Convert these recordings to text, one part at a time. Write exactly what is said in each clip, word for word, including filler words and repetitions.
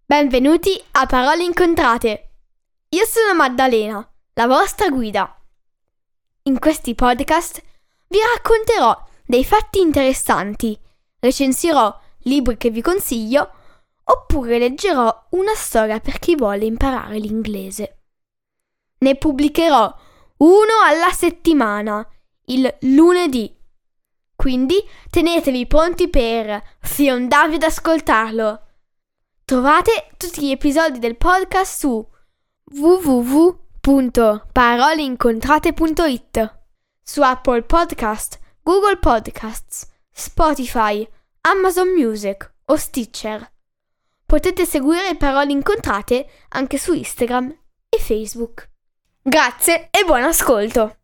Benvenuti a Parole Incontrate. Io sono Maddalena, la vostra guida. In questi podcast vi racconterò dei fatti interessanti, recensirò libri che vi consiglio, oppure leggerò una storia per chi vuole imparare l'inglese. Ne pubblicherò uno alla settimana, il lunedì. Quindi tenetevi pronti per fiondarvi ad ascoltarlo. Trovate tutti gli episodi del podcast su w w w punto parole incontrate punto i t, su Apple Podcast, Google Podcasts, Spotify, Amazon Music o Stitcher. Potete seguire Parole Incontrate anche su Instagram e Facebook. Grazie e buon ascolto!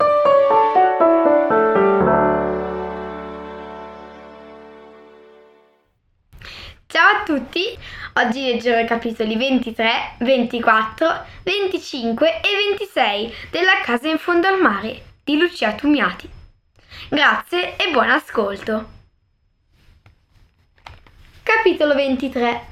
Ciao a tutti! Oggi leggerò i capitoli ventitré, ventiquattro, venticinque e ventisei della Casa in fondo al mare di Lucia Tumiati. Grazie e buon ascolto! Capitolo ventitré.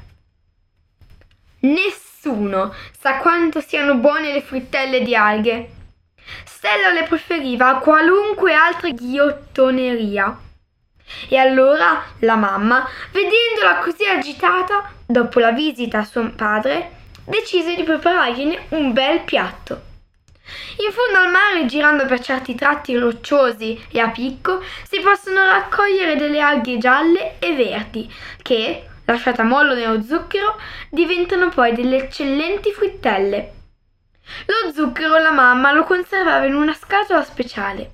Nessuno sa quanto siano buone le frittelle di alghe. Stella le preferiva a qualunque altra ghiottoneria. E allora la mamma, vedendola così agitata, dopo la visita a suo padre, decise di preparargliene un bel piatto. In fondo al mare, girando per certi tratti rocciosi e a picco, si possono raccogliere delle alghe gialle e verdi che, lasciate a mollo nello zucchero, diventano poi delle eccellenti frittelle. Lo zucchero la mamma lo conservava in una scatola speciale.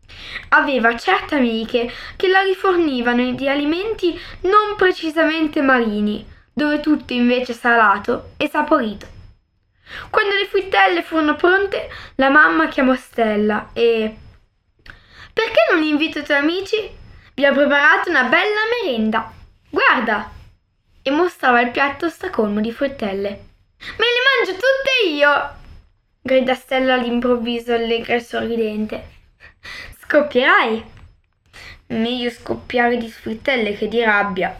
Aveva certe amiche che la rifornivano di alimenti non precisamente marini, dove tutto invece salato e saporito. Quando le frittelle furono pronte, la mamma chiamò Stella e... «Perché non invito i tuoi amici? Vi ho preparato una bella merenda. Guarda!» E mostrava il piatto stracolmo di frittelle. «Me le mangio tutte io!» grida Stella all'improvviso, allegra e sorridente. «Scoppierai?» «Meglio scoppiare di frittelle che di rabbia.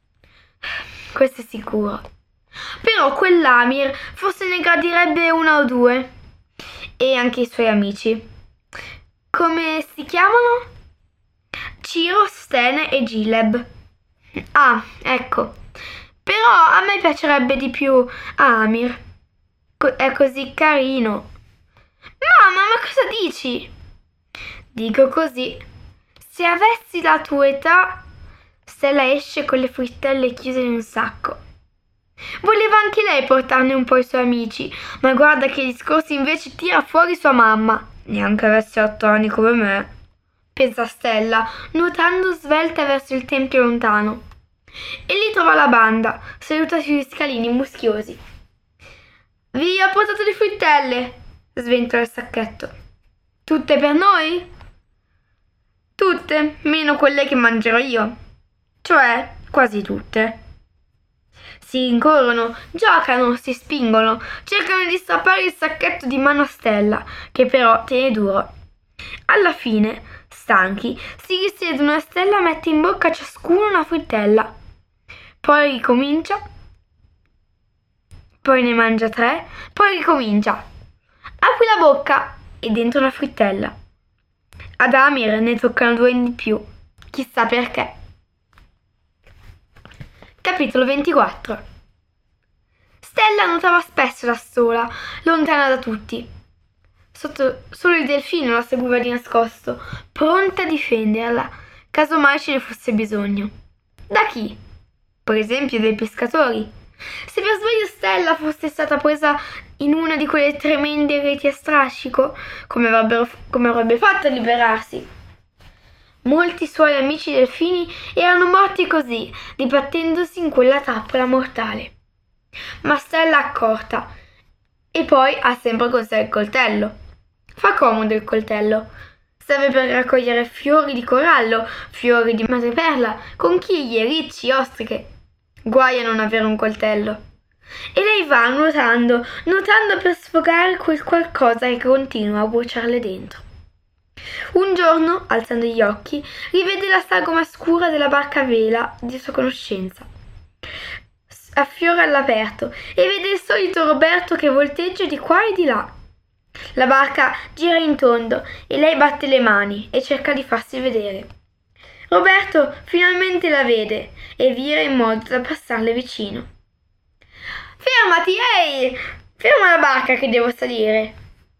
Questo è sicuro. Però quell'Amir forse ne gradirebbe una o due. E anche i suoi amici. Come si chiamano?» «Ciro, Stene e Gileb.» «Ah, ecco. Però a me piacerebbe di più Amir. Co- è così carino.» «Mamma, ma cosa dici?» «Dico così. Se avessi la tua età...» Stella esce con le frittelle chiuse in un sacco. Voleva anche lei portarne un po' ai suoi amici, ma guarda che discorsi invece tira fuori sua mamma. «Neanche avessi otto anni come me», pensa Stella, nuotando svelta verso il tempio lontano. E lì trova la banda, seduta sugli scalini muschiosi. «Vi ho portato le frittelle», sventola il sacchetto. «Tutte per noi?» «Tutte, meno quelle che mangerò io. Cioè, quasi tutte.» Si rincorrono, giocano, si spingono, cercano di strappare il sacchetto di mano a Stella, che però tiene duro. Alla fine, stanchi, si risiedono e Stella mette in bocca a ciascuno una frittella. Poi ricomincia, poi ne mangia tre, poi ricomincia. Apri la bocca e dentro una frittella. Ad Amir ne toccano due in di più, chissà perché. Capitolo ventiquattro. Stella nuotava spesso da sola, lontana da tutti. Sotto, solo il delfino la seguiva di nascosto, pronta a difenderla, caso mai ce ne fosse bisogno. Da chi? Per esempio dai pescatori. Se per sbaglio Stella fosse stata presa in una di quelle tremende reti a strascico, come, avrebbero, come avrebbe fatto a liberarsi? Molti suoi amici delfini erano morti così, dibattendosi in quella trappola mortale. Ma Stella è accorta e poi ha sempre con sé il coltello. Fa comodo il coltello. Serve per raccogliere fiori di corallo, fiori di madreperla, conchiglie, ricci, ostriche. Guai a non avere un coltello. E lei va nuotando, nuotando per sfogare quel qualcosa che continua a bruciarle dentro. Un giorno, alzando gli occhi, rivede la sagoma scura della barca a vela di sua conoscenza. affiora all'aperto e vede il solito Roberto che volteggia di qua e di là. La barca gira in tondo e lei batte le mani e cerca di farsi vedere. Roberto finalmente la vede e vira in modo da passarle vicino. Fermati, ehi! Ferma la barca che devo salire.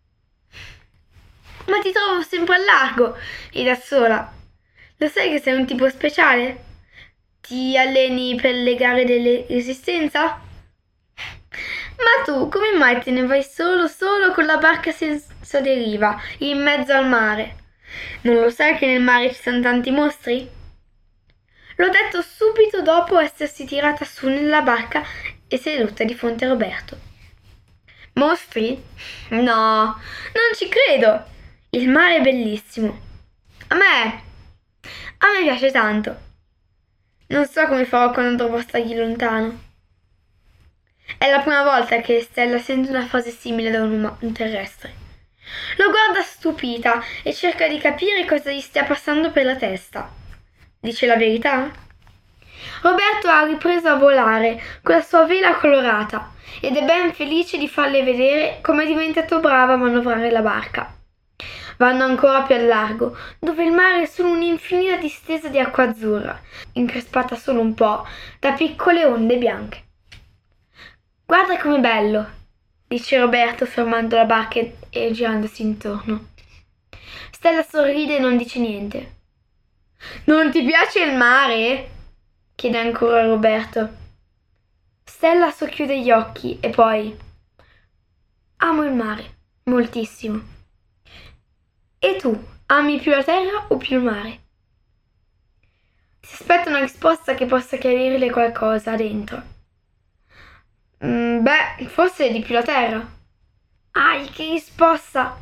Ma ti trovo sempre al largo e da sola. Lo sai che sei un tipo speciale? Ti alleni per le gare della resistenza? Ma tu come mai te ne vai solo solo con la barca senza deriva, in mezzo al mare? Non lo sai che nel mare ci sono tanti mostri? L'ho detto subito dopo essersi tirata su nella barca e seduta di fronte a Roberto. Mostri? No, non ci credo. Il mare è bellissimo. A me, a me piace tanto. Non so come farò quando dovrò stargli lontano. È la prima volta che Stella sente una frase simile da un, um- un terrestre. Lo guarda stupita e cerca di capire cosa gli stia passando per la testa. Dice la verità? Roberto ha ripreso a volare con la sua vela colorata ed è ben felice di farle vedere come è diventato bravo a manovrare la barca. Vanno ancora più al largo, dove il mare è solo un'infinita distesa di acqua azzurra, increspata solo un po' da piccole onde bianche. Guarda com'è bello, dice Roberto fermando la barca e girandosi intorno. Stella sorride e non dice niente. Non ti piace il mare? Chiede ancora Roberto. Stella socchiude gli occhi e poi... Amo il mare, moltissimo. E tu, ami più la terra o più il mare? Si aspetta una risposta che possa chiarirle qualcosa dentro. Mm, beh, forse di più la terra. Ai, che risposta!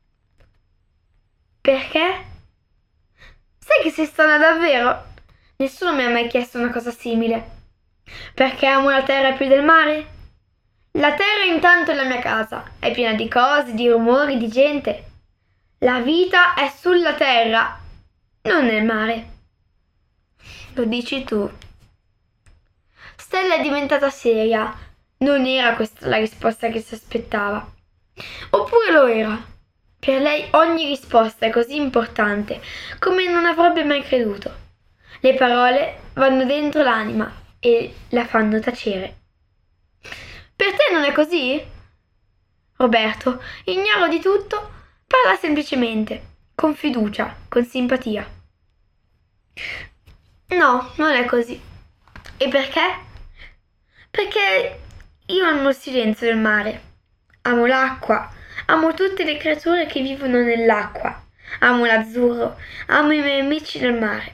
Perché? Sai che sei strana davvero? Nessuno mi ha mai chiesto una cosa simile. Perché amo la terra più del mare? La terra intanto è la mia casa, è piena di cose, di rumori, di gente. La vita è sulla terra, non nel mare. Lo dici tu. Stella è diventata seria. Non era questa la risposta che si aspettava. Oppure lo era. Per lei ogni risposta è così importante come non avrebbe mai creduto. Le parole vanno dentro l'anima e la fanno tacere. Per te non è così? Roberto, ignaro di tutto, parla semplicemente, con fiducia, con simpatia. No, non è così. E perché? Perché io amo il silenzio del mare, amo l'acqua, amo tutte le creature che vivono nell'acqua, amo l'azzurro, amo i miei amici del mare.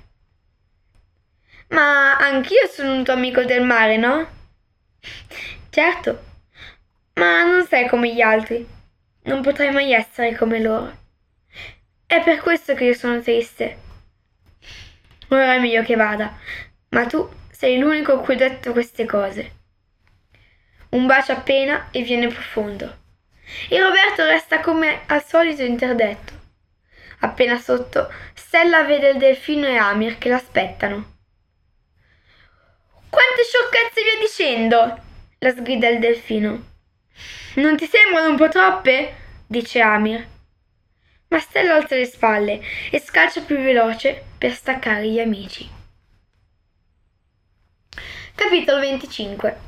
Ma anch'io sono un tuo amico del mare, no? Certo, ma non sei come gli altri, non potrai mai essere come loro. È per questo che io sono triste. Ora è meglio che vada, ma tu sei l'unico a cui ho detto queste cose. Un bacio appena e viene profondo. E Roberto resta come al solito interdetto. Appena sotto, Stella vede il delfino e Amir che l'aspettano. Quante sciocchezze via dicendo? La sgrida il delfino. Non ti sembrano un po' troppe? Dice Amir. Ma Stella alza le spalle e scalcia più veloce per staccare gli amici. Capitolo venticinque.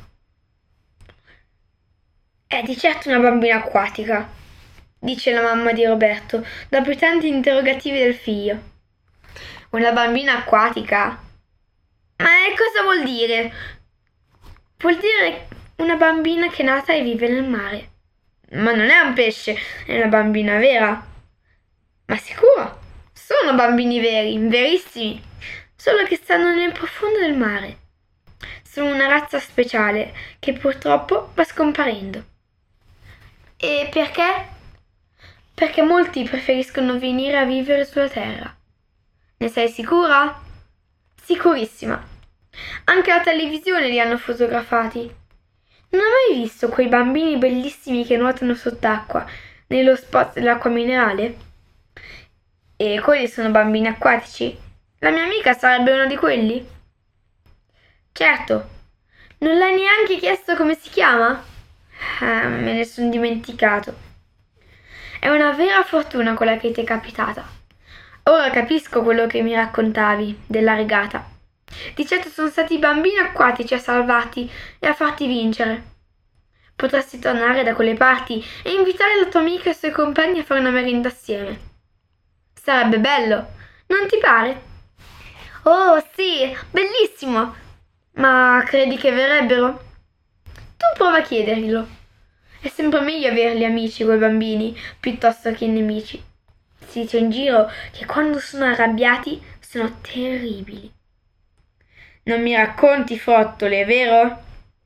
È di certo una bambina acquatica, dice la mamma di Roberto dopo i tanti interrogativi del figlio. Una bambina acquatica? Ma cosa vuol dire? Vuol dire una bambina che è nata e vive nel mare. Ma non è un pesce, è una bambina vera. Ma sicuro? Sono bambini veri, verissimi, solo che stanno nel profondo del mare. Sono una razza speciale che purtroppo va scomparendo. E perché? Perché molti preferiscono venire a vivere sulla terra. Ne sei sicura? Sicurissima. Anche la televisione li hanno fotografati. Non hai mai visto quei bambini bellissimi che nuotano sott'acqua nello spot dell'acqua minerale? E quelli sono bambini acquatici? La mia amica sarebbe uno di quelli? Certo, Non l'hai neanche chiesto come si chiama? Ah, me ne sono dimenticato. È una vera fortuna quella che ti è capitata. Ora capisco quello che mi raccontavi della regata. Di certo sono stati i bambini acquatici a salvarti e a farti vincere. Potresti tornare da quelle parti e invitare la tua amica e i suoi compagni a fare una merenda assieme. Sarebbe bello, non ti pare? Oh, sì, bellissimo! Ma credi che verrebbero? Tu prova a chiederglielo. È sempre meglio averli amici quei bambini piuttosto che nemici. Si dice in giro che quando sono arrabbiati sono terribili. Non mi racconti frottole, vero?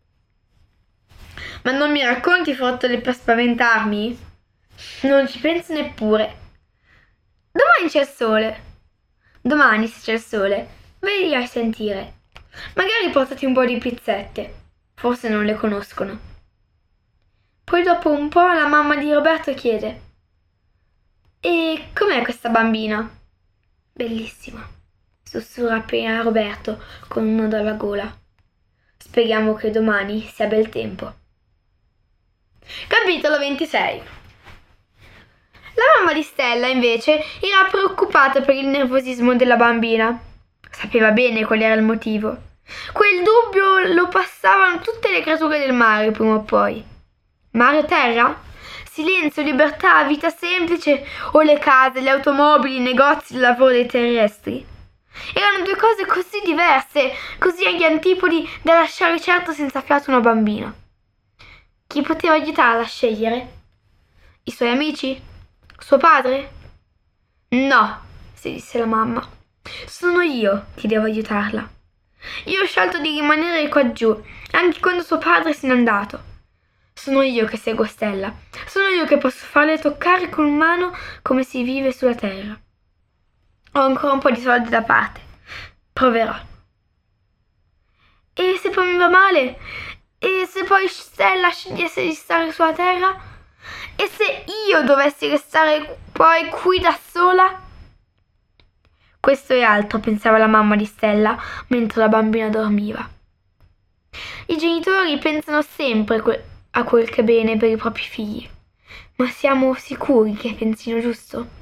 Ma non mi racconti frottole per spaventarmi? Non ci penso neppure. Domani c'è il sole. Domani, se c'è il sole, vai a sentire. Magari portati un po' di pizzette. Forse non le conoscono. Poi dopo un po' la mamma di Roberto chiede: e com'è questa bambina? Bellissima, sussurra appena Roberto con un nodo alla gola. Speriamo che domani sia bel tempo. Capitolo ventisei. La mamma di Stella, invece, era preoccupata per il nervosismo della bambina. Sapeva bene qual era il motivo. Quel dubbio lo passavano tutte le creature del mare prima o poi. Mare o terra? Silenzio, libertà, vita semplice o le case, le automobili, i negozi, il lavoro dei terrestri? Erano due cose così diverse, così agli antipodi, da lasciare certo senza fiato una bambina. Chi poteva aiutarla a scegliere? I suoi amici? Suo padre? No, si disse la mamma. Sono io che devo aiutarla. Io ho scelto di rimanere qua giù, anche quando suo padre se n'è andato. Sono io che seguo Stella. Sono io che posso farle toccare con mano come si vive sulla terra. Ho ancora un po' di soldi da parte. Proverò. E se poi mi va male? E se poi Stella scegliesse di stare sulla terra? E se io dovessi restare poi qui da sola? Questo e altro pensava la mamma di Stella mentre la bambina dormiva. I genitori pensano sempre que- a quel che è bene per i propri figli, ma siamo sicuri che pensino giusto?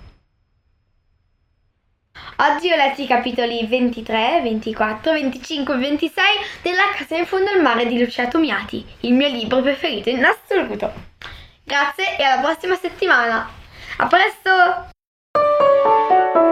Oggi ho letto i capitoli ventitré, ventiquattro, venticinque e ventisei della Casa in fondo al mare di Lucia Tomiati, il mio libro preferito in assoluto. Grazie e alla prossima settimana. A presto!